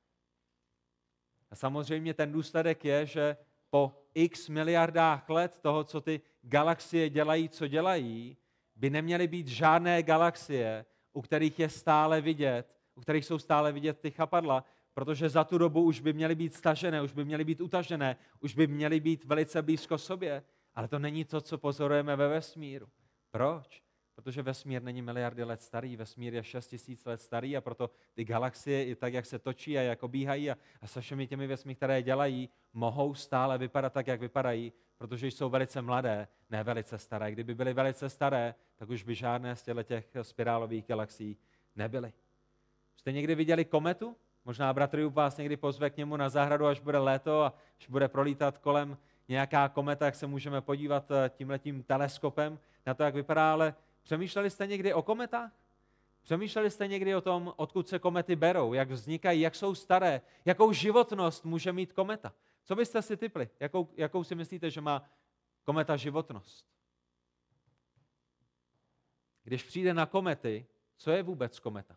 A samozřejmě ten důsledek je, že po x miliardách let toho, co ty galaxie dělají, co dělají, by neměly být žádné galaxie, u kterých jsou stále vidět ty chapadla, protože za tu dobu už by měly být stažené, už by měly být utažené, už by měly být velice blízko sobě. Ale to není to, co pozorujeme ve vesmíru. Proč? Protože vesmír není miliardy let starý, vesmír je 6 000 let starý a proto ty galaxie i tak, jak se točí a jak obíhají a se všemi těmi věcmi, které dělají, mohou stále vypadat tak, jak vypadají, protože jsou velice mladé, ne velice staré. Kdyby byly velice staré, tak už by žádné z těch spirálových galaxií nebyly. Jste někdy viděli kometu? Možná bratr vás někdy pozve k němu na zahradu, až bude léto a až bude prolítat kolem nějaká kometa, jak se můžeme podívat tímhletím teleskopem na to, jak vypadá, ale přemýšleli jste někdy o kometách? Přemýšleli jste někdy o tom, odkud se komety berou, jak vznikají, jak jsou staré, jakou životnost může mít kometa? Co byste si tipli? Jakou si myslíte, že má kometa životnost? Když přijde na komety, co je vůbec kometa?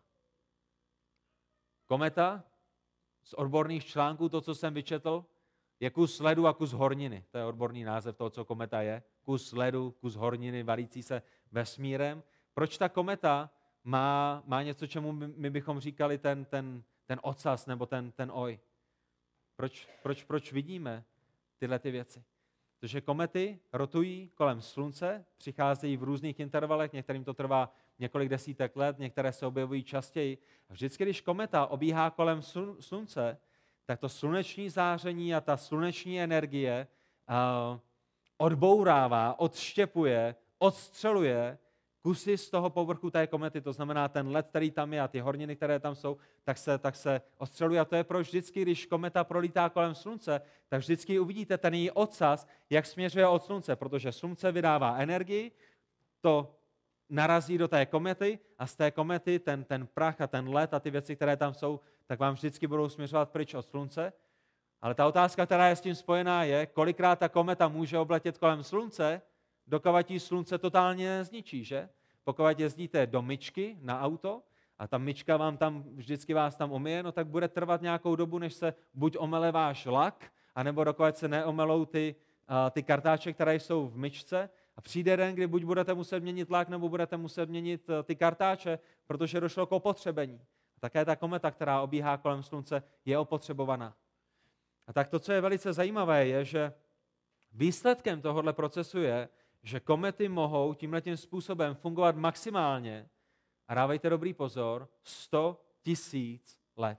Kometa, z odborných článků, to, co jsem vyčetl, je kus ledu a kus horniny. To je odborný název toho, co kometa je. Kus ledu, kus horniny, valící se vesmírem. Proč ta kometa má něco, čemu my bychom říkali ten ocas nebo ten oj? Proč vidíme tyhle ty věci? Protože komety rotují kolem slunce, přicházejí v různých intervalech, některým to trvá několik desítek let, některé se objevují častěji. A vždycky, když kometa obíhá kolem slunce, tak to sluneční záření a ta sluneční energie odbourává, odštěpuje, odstřeluje kusy z toho povrchu té komety, to znamená ten led, který tam je a ty horniny, které tam jsou, tak se odstřeluje. A to je proč vždycky, když kometa prolítá kolem slunce, tak vždycky uvidíte ten její ocas, jak směřuje od slunce, protože slunce vydává energii, to narazí do té komety a z té komety ten prach a ten led a ty věci, které tam jsou, tak vám vždycky budou směřovat pryč od slunce. Ale ta otázka, která je s tím spojená, je, kolikrát ta kometa může obletět kolem slunce, dokud jí slunce totálně zničí, že? Pokud jezdíte do myčky na auto a ta myčka vždycky vás tam omije, no tak bude trvat nějakou dobu, než se buď omele váš lak, anebo dokud se neomelou ty kartáče, které jsou v myčce. A přijde den, kdy buď budete muset měnit lak, nebo budete muset měnit ty kartáče, protože došlo k opotřebení. A také ta kometa, která obíhá kolem slunce, je opotřebovaná. A tak to, co je velice zajímavé, je, že Výsledkem tohoto procesu je, že komety mohou tímhletím způsobem fungovat maximálně, a dávejte dobrý pozor, 100 000 let.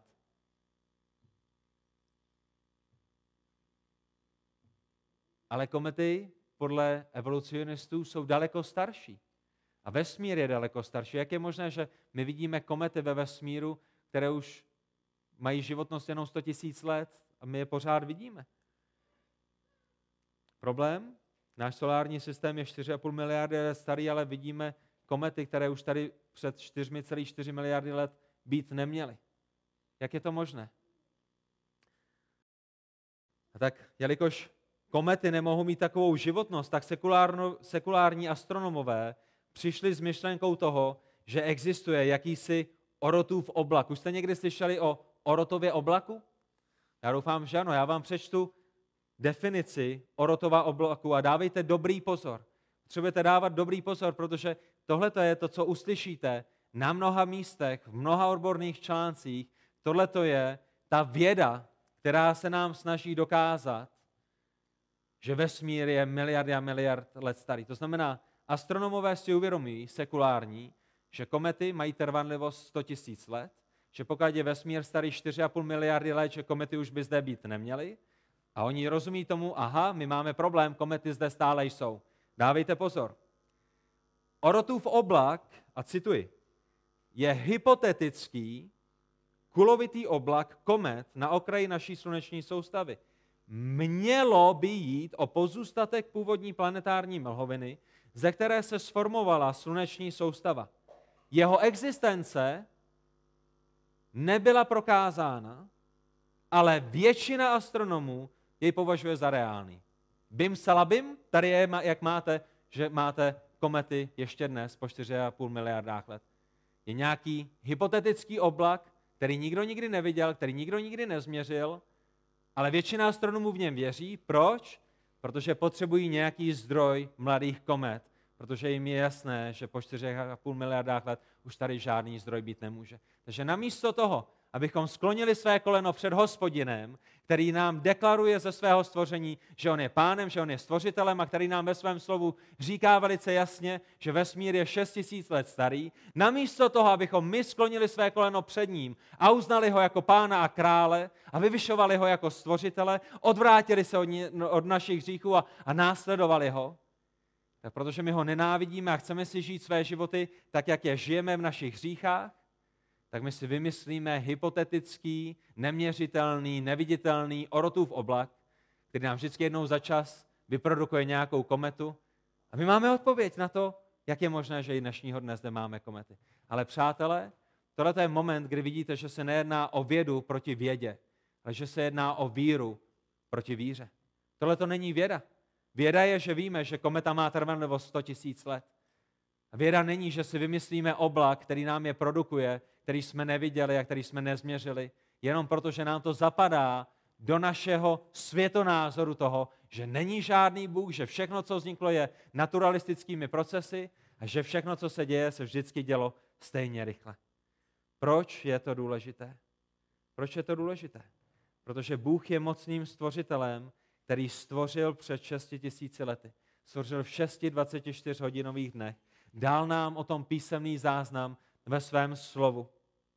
Ale komety podle evolucionistů jsou daleko starší. A vesmír je daleko starší. Jak je možné, že my vidíme komety ve vesmíru, které už mají životnost jenom 100 000 let a my je pořád vidíme? Problém? Náš solární systém je 4,5 miliardy let starý, ale vidíme komety, které už tady před 4,4 miliardy let být neměly. Jak je to možné? A tak, jelikož komety nemohou mít takovou životnost, tak sekulární astronomové přišli s myšlenkou toho, že existuje jakýsi Orotův oblak. Už jste někdy slyšeli o Orotově oblaku? Já doufám, že ano. Já vám přečtu definici Orotova oblaku a dávejte dobrý pozor. Potřebujete dávat dobrý pozor, protože tohle je to, co uslyšíte na mnoha místech, v mnoha odborných článcích. Tohle je ta věda, která se nám snaží dokázat, že vesmír je miliardy a miliard let starý. To znamená, astronomové si uvědomují, sekulární, že komety mají trvanlivost 100 000 let, že pokud je vesmír starý 4,5 miliardy let, že komety už by zde být neměly. A oni rozumí tomu, aha, my máme problém, komety zde stále jsou. Dávejte pozor. Orotův oblak, a cituji, je hypotetický kulovitý oblak komet na okraji naší sluneční soustavy. Mělo by jít o pozůstatek původní planetární mlhoviny, ze které se sformovala sluneční soustava. Jeho existence nebyla prokázána, ale většina astronomů jej považuje za reálný. Bim salabim, tady je, jak máte, že máte komety ještě dnes po 4,5 miliardách let. Je nějaký hypotetický oblak, který nikdo nikdy neviděl, který nikdo nikdy nezměřil, ale většina astronomů v něm věří. Proč? Protože potřebují nějaký zdroj mladých komet, protože jim je jasné, že po 4,5 miliardách let už tady žádný zdroj být nemůže. Takže namísto toho, abychom sklonili své koleno před Hospodinem, který nám deklaruje ze svého stvoření, že on je pánem, že on je stvořitelem a který nám ve svém slovu říká velice jasně, že vesmír je 6 000 let starý, namísto toho, abychom my sklonili své koleno před ním a uznali ho jako pána a krále a vyvyšovali ho jako stvořitele, odvrátili se od našich hříchů a následovali ho, tak protože my ho nenávidíme a chceme si žít své životy tak, jak je žijeme v našich hříchách, tak my si vymyslíme hypotetický, neměřitelný, neviditelný Orotův oblak, který nám vždycky jednou za čas vyprodukuje nějakou kometu. A my máme odpověď na to, jak je možné, že i dnešního dne zde máme komety. Ale přátelé, tohle je moment, kdy vidíte, že se nejedná o vědu proti vědě, ale že se jedná o víru proti víře. Tohle to není věda. Věda je, že víme, že kometa má trvanlivost 100 000 let. A věda není, že si vymyslíme oblak, který nám je produkuje, který jsme neviděli a který jsme nezměřili, jenom proto, že nám to zapadá do našeho světonázoru toho, že není žádný Bůh, že všechno, co vzniklo, je naturalistickými procesy a že všechno, co se děje, se vždycky dělo stejně rychle. Proč je to důležité? Proč je to důležité? Protože Bůh je mocným stvořitelem, který stvořil před 6 000 lety. Stvořil v 6 24hodinových dnech. Dal nám o tom písemný záznam ve svém slovu.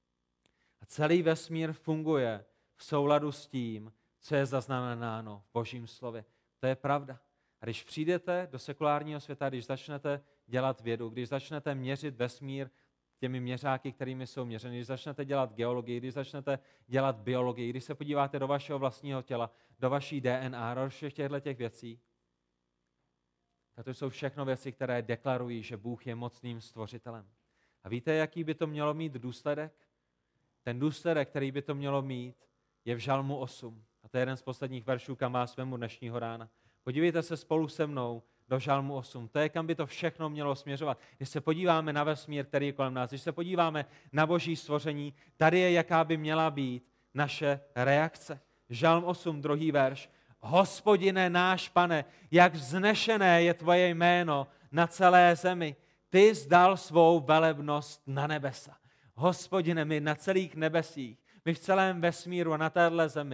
A celý vesmír funguje v souladu s tím, co je zaznamenáno v Božím slově. To je pravda. A když přijdete do sekulárního světa, když začnete dělat vědu, když začnete měřit vesmír těmi měřáky, kterými jsou měřeny, když začnete dělat geologii, když začnete dělat biologii, když se podíváte do vašeho vlastního těla, do vaší DNA, do všech těchto věcí, tak to jsou všechno věci, které deklarují, že Bůh je mocným stvořitelem. A víte, jaký by to mělo mít důsledek? Ten důsledek, který by to mělo mít, je v Žalmu 8. A to je jeden z posledních veršů, kam vás vemu dnešního rána. Podívejte se spolu se mnou do Žalmu 8. To je, kam by to všechno mělo směřovat. Když se podíváme na vesmír, který je kolem nás, když se podíváme na Boží stvoření, tady je, jaká by měla být naše reakce. Žalm 8, 2. verš. Hospodine náš Pane, jak vznešené je tvoje jméno na celé zemi. Ty zdal svou velebnost na nebesa. Hospodine, my na celých nebesích, my v celém vesmíru a na téhle zemi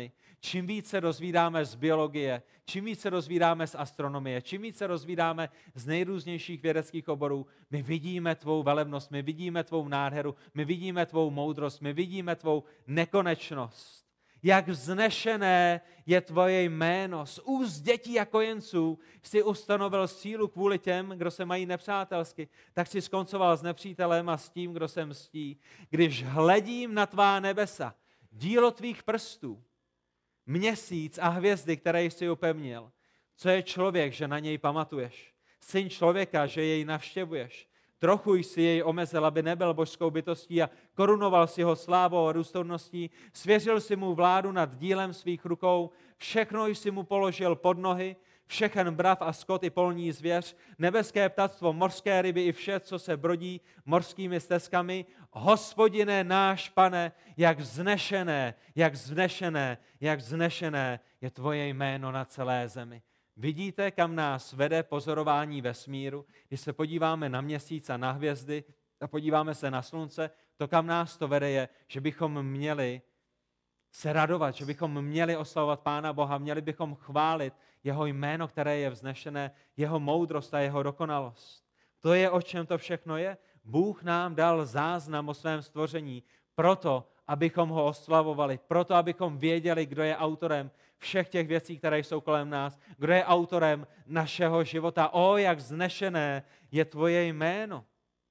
čím víc se dozvídáme z biologie, čím víc se dozvídáme z astronomie, čím víc se dozvídáme z nejrůznějších vědeckých oborů, my vidíme tvou velebnost, my vidíme tvou nádheru, my vidíme tvou moudrost, my vidíme tvou nekonečnost. Jak vznešené je tvoje jméno. Z úst dětí a kojenců jsi ustanovil sílu kvůli těm, kdo se mají nepřátelsky, tak jsi skoncoval s nepřítelem a s tím, kdo se mstí. Když hledím na tvá nebesa, dílo tvých prstů, měsíc a hvězdy, které jsi upevnil. Co je člověk, že na něj pamatuješ? Syn člověka, že jej navštěvuješ. Trochu jsi jej omezil, aby nebyl božskou bytostí a korunoval si ho slávou a důstojností. Svěřil si mu vládu nad dílem svých rukou. Všechno jsi mu položil pod nohy. Všechen brav a skot i polní zvěř, nebeské ptactvo, mořské ryby i vše, co se brodí morskými stezkami. Hospodine náš Pane, jak vznešené, jak vznešené, jak vznešené je tvoje jméno na celé zemi. Vidíte, kam nás vede pozorování vesmíru, když se podíváme na měsíc a na hvězdy a podíváme se na slunce, to, kam nás to vede, je, že bychom měli se radovat, že bychom měli oslavovat Pána Boha, měli bychom chválit jeho jméno, které je vznešené, jeho moudrost a jeho dokonalost. To je, o čem to všechno je. Bůh nám dal záznam o svém stvoření proto, abychom ho oslavovali, proto, abychom věděli, kdo je autorem všech těch věcí, které jsou kolem nás, kdo je autorem našeho života. O, jak vznešené je tvoje jméno.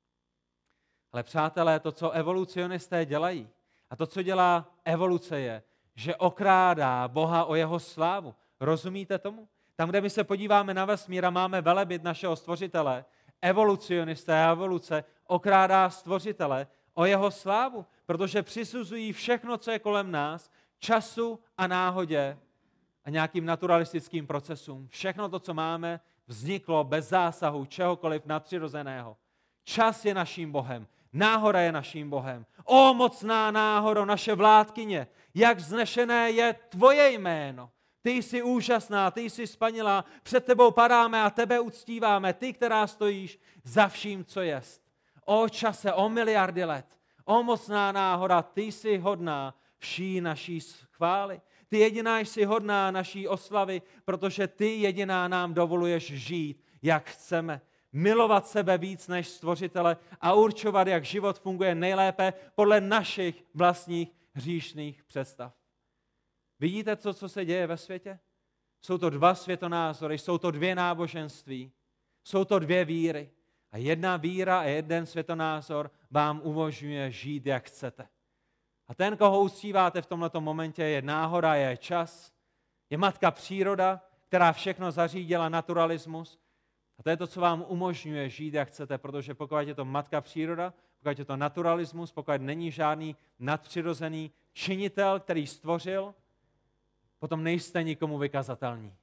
Ale přátelé, to, co evolucionisté dělají, a to, co dělá evoluce, je, že okrádá Boha o jeho slávu. Rozumíte tomu? Tam, kde my se podíváme na vesmír a máme velebit našeho stvořitele, evolucionisté a evoluce okrádá stvořitele o jeho slávu, protože přisuzují všechno, co je kolem nás, času a náhodě a nějakým naturalistickým procesům. Všechno to, co máme, vzniklo bez zásahu čehokoliv nadpřirozeného. Čas je naším Bohem. Náhoda je naším Bohem. O mocná náhodo, naše vládkyně, jak vznešené je tvoje jméno. Ty jsi úžasná, ty jsi spanilá, před tebou padáme a tebe uctíváme, ty, která stojíš za vším, co jest. O čase, o miliardy let, o mocná náhoda, ty jsi hodná vší naší chvály. Ty jediná jsi hodná naší oslavy, protože ty jediná nám dovoluješ žít, jak chceme. Milovat sebe víc než stvořitele a určovat, jak život funguje nejlépe podle našich vlastních hříšných představ. Vidíte to, co se děje ve světě? Jsou to dva světonázory, jsou to dvě náboženství, jsou to dvě víry. A jedna víra a jeden světonázor vám umožňuje žít, jak chcete. A ten, koho uctíváte v tomto momentě, je náhoda, je čas, je matka příroda, která všechno zařídila, naturalismus. A to je to, co vám umožňuje žít, jak chcete, protože pokud je to matka příroda, pokud je to naturalismus, pokud není žádný nadpřirozený činitel, který stvořil, potom nejste nikomu vykazatelní.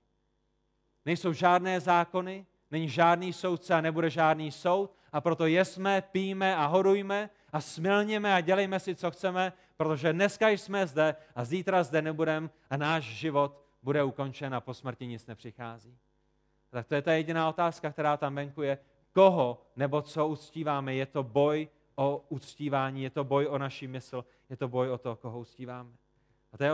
Nejsou žádné zákony, není žádný soudce a nebude žádný soud a proto jesme, pijme a horujme a smilněme a dělejme si, co chceme, protože dneska jsme zde a zítra zde nebudeme a náš život bude ukončen a po smrti nic nepřichází. Tak to je ta jediná otázka, která tam venku je, koho nebo co uctíváme. Je to boj o uctívání, je to boj o naši mysl, je to boj o to, koho uctíváme. A to je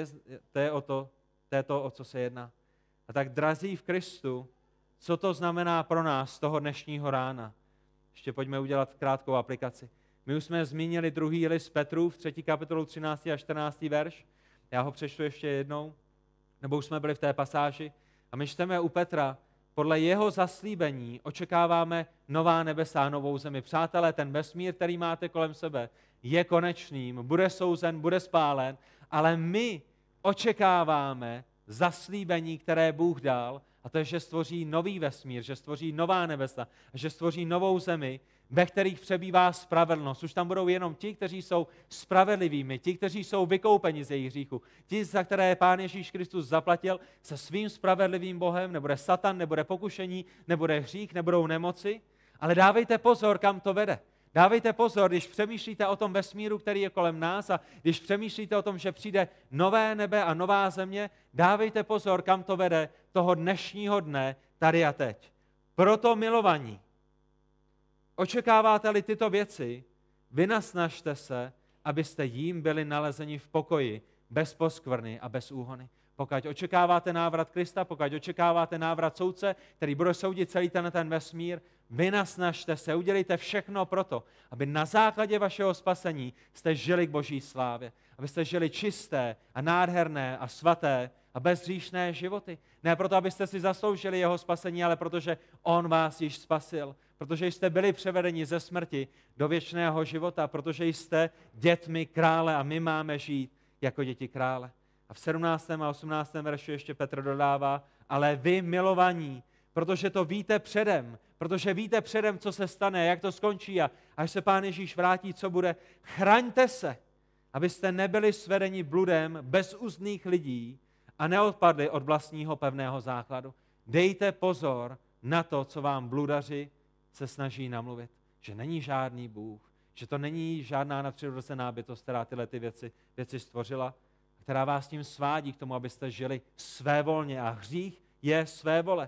to, o co se jedná. A tak, drazí v Kristu, co to znamená pro nás z toho dnešního rána? Ještě pojďme udělat krátkou aplikaci. My už jsme zmínili 2. list Petrův, 3. kapitolu 13. a 14. verš. Já ho přečtu ještě jednou, nebo už jsme byli v té pasáži. A my čteme u Petra, podle jeho zaslíbení očekáváme nová nebesa a novou zemi. Přátelé, ten vesmír, který máte kolem sebe, je konečným, bude souzen, bude spálen, ale my očekáváme zaslíbení, které Bůh dal, a to je, že stvoří nový vesmír, že stvoří nová nebesa, že stvoří novou zemi, ve kterých přebývá spravedlnost. Už tam budou jenom ti, kteří jsou spravedlivými, ti, kteří jsou vykoupeni z jejich hříchu. Ti, za které Pán Ježíš Kristus zaplatil se svým spravedlivým Bohem, nebude Satan, nebude pokušení, nebude hřích, nebudou nemoci. Ale dávejte pozor, kam to vede. Dávejte pozor, když přemýšlíte o tom vesmíru, který je kolem nás a když přemýšlíte o tom, že přijde nové nebe a nová země, dávejte pozor, kam to vede toho dnešního dne, tady a teď. Proto milovaní, očekáváte-li tyto věci, vynasnažte se, abyste jím byli nalezeni v pokoji, bez poskvrny a bez úhony. Pokud očekáváte návrat Krista, pokud očekáváte návrat soudce, který bude soudit celý ten vesmír, vynasnažte se, udělejte všechno proto, aby na základě vašeho spasení jste žili k Boží slávě. Abyste žili čisté a nádherné a svaté a bezhříšné životy. Ne proto, abyste si zasloužili jeho spasení, ale protože on vás již spasil. Protože jste byli převedeni ze smrti do věčného života, protože jste dětmi krále a my máme žít jako děti krále. A v 17. a 18. verši ještě Petr dodává, ale vy milovaní, protože to víte předem, co se stane, jak to skončí a až se Pán Ježíš vrátí, co bude, chraňte se, abyste nebyli svedeni bludem bezúzdných lidí a neodpadli od vlastního pevného základu. Dejte pozor na to, co vám bludaři se snaží namluvit, že není žádný Bůh, že to není žádná nadpřirozená bytost, která tyhle ty věci stvořila, která vás tím svádí k tomu, abyste žili svévolně a hřích je svévole.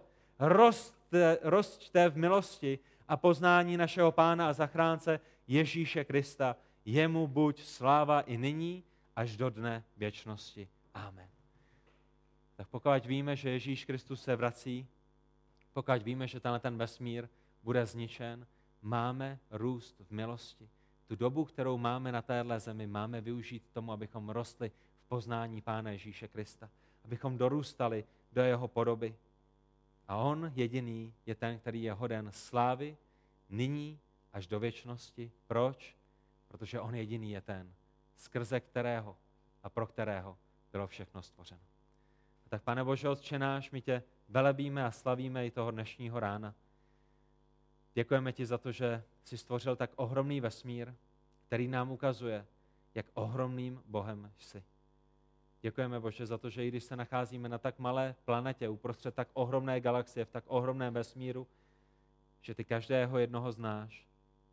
Rosťte v milosti a poznání našeho Pána a zachránce Ježíše Krista. Jemu buď sláva i nyní, až do dne věčnosti. Amen. Tak pokud víme, že Ježíš Kristus se vrací, pokud víme, že ten vesmír bude zničen, máme růst v milosti. Tu dobu, kterou máme na téhle zemi, máme využít k tomu, abychom rostli v poznání Pána Ježíše Krista. Abychom dorůstali do jeho podoby. A on jediný je ten, který je hoden slávy, nyní až do věčnosti. Proč? Protože on jediný je ten, skrze kterého a pro kterého bylo všechno stvořeno. A tak, Pane Bože, Otče náš, my tě velebíme a slavíme i toho dnešního rána. Děkujeme ti za to, že jsi stvořil tak ohromný vesmír, který nám ukazuje, jak ohromným Bohem jsi. Děkujeme, Bože, za to, že i když se nacházíme na tak malé planetě, uprostřed tak ohromné galaxie, v tak ohromném vesmíru, že ty každého jednoho znáš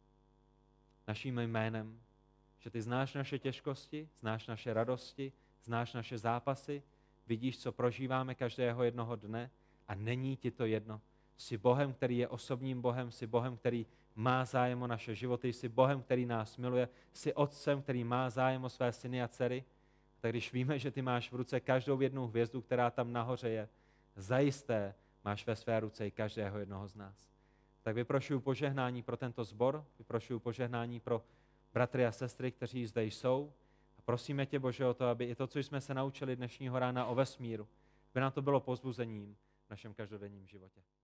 naším jménem, že ty znáš naše těžkosti, znáš naše radosti, znáš naše zápasy, vidíš, co prožíváme každého jednoho dne a není ti to jedno. Jsi Bohem, který je osobním Bohem, jsi Bohem, který má zájem o naše životy, jsi Bohem, který nás miluje, jsi Otcem, který má zájem o své syny a dcery. Tak když víme, že ty máš v ruce každou jednu hvězdu, která tam nahoře je, zajisté máš ve své ruce i každého jednoho z nás. Tak vyprošuju požehnání pro tento sbor, vyprošuju požehnání pro bratry a sestry, kteří zde jsou. A prosíme tě, Bože, o to, aby i to, co jsme se naučili dnešního rána o vesmíru, aby nám to bylo povzbuzením v našem každodenním životě.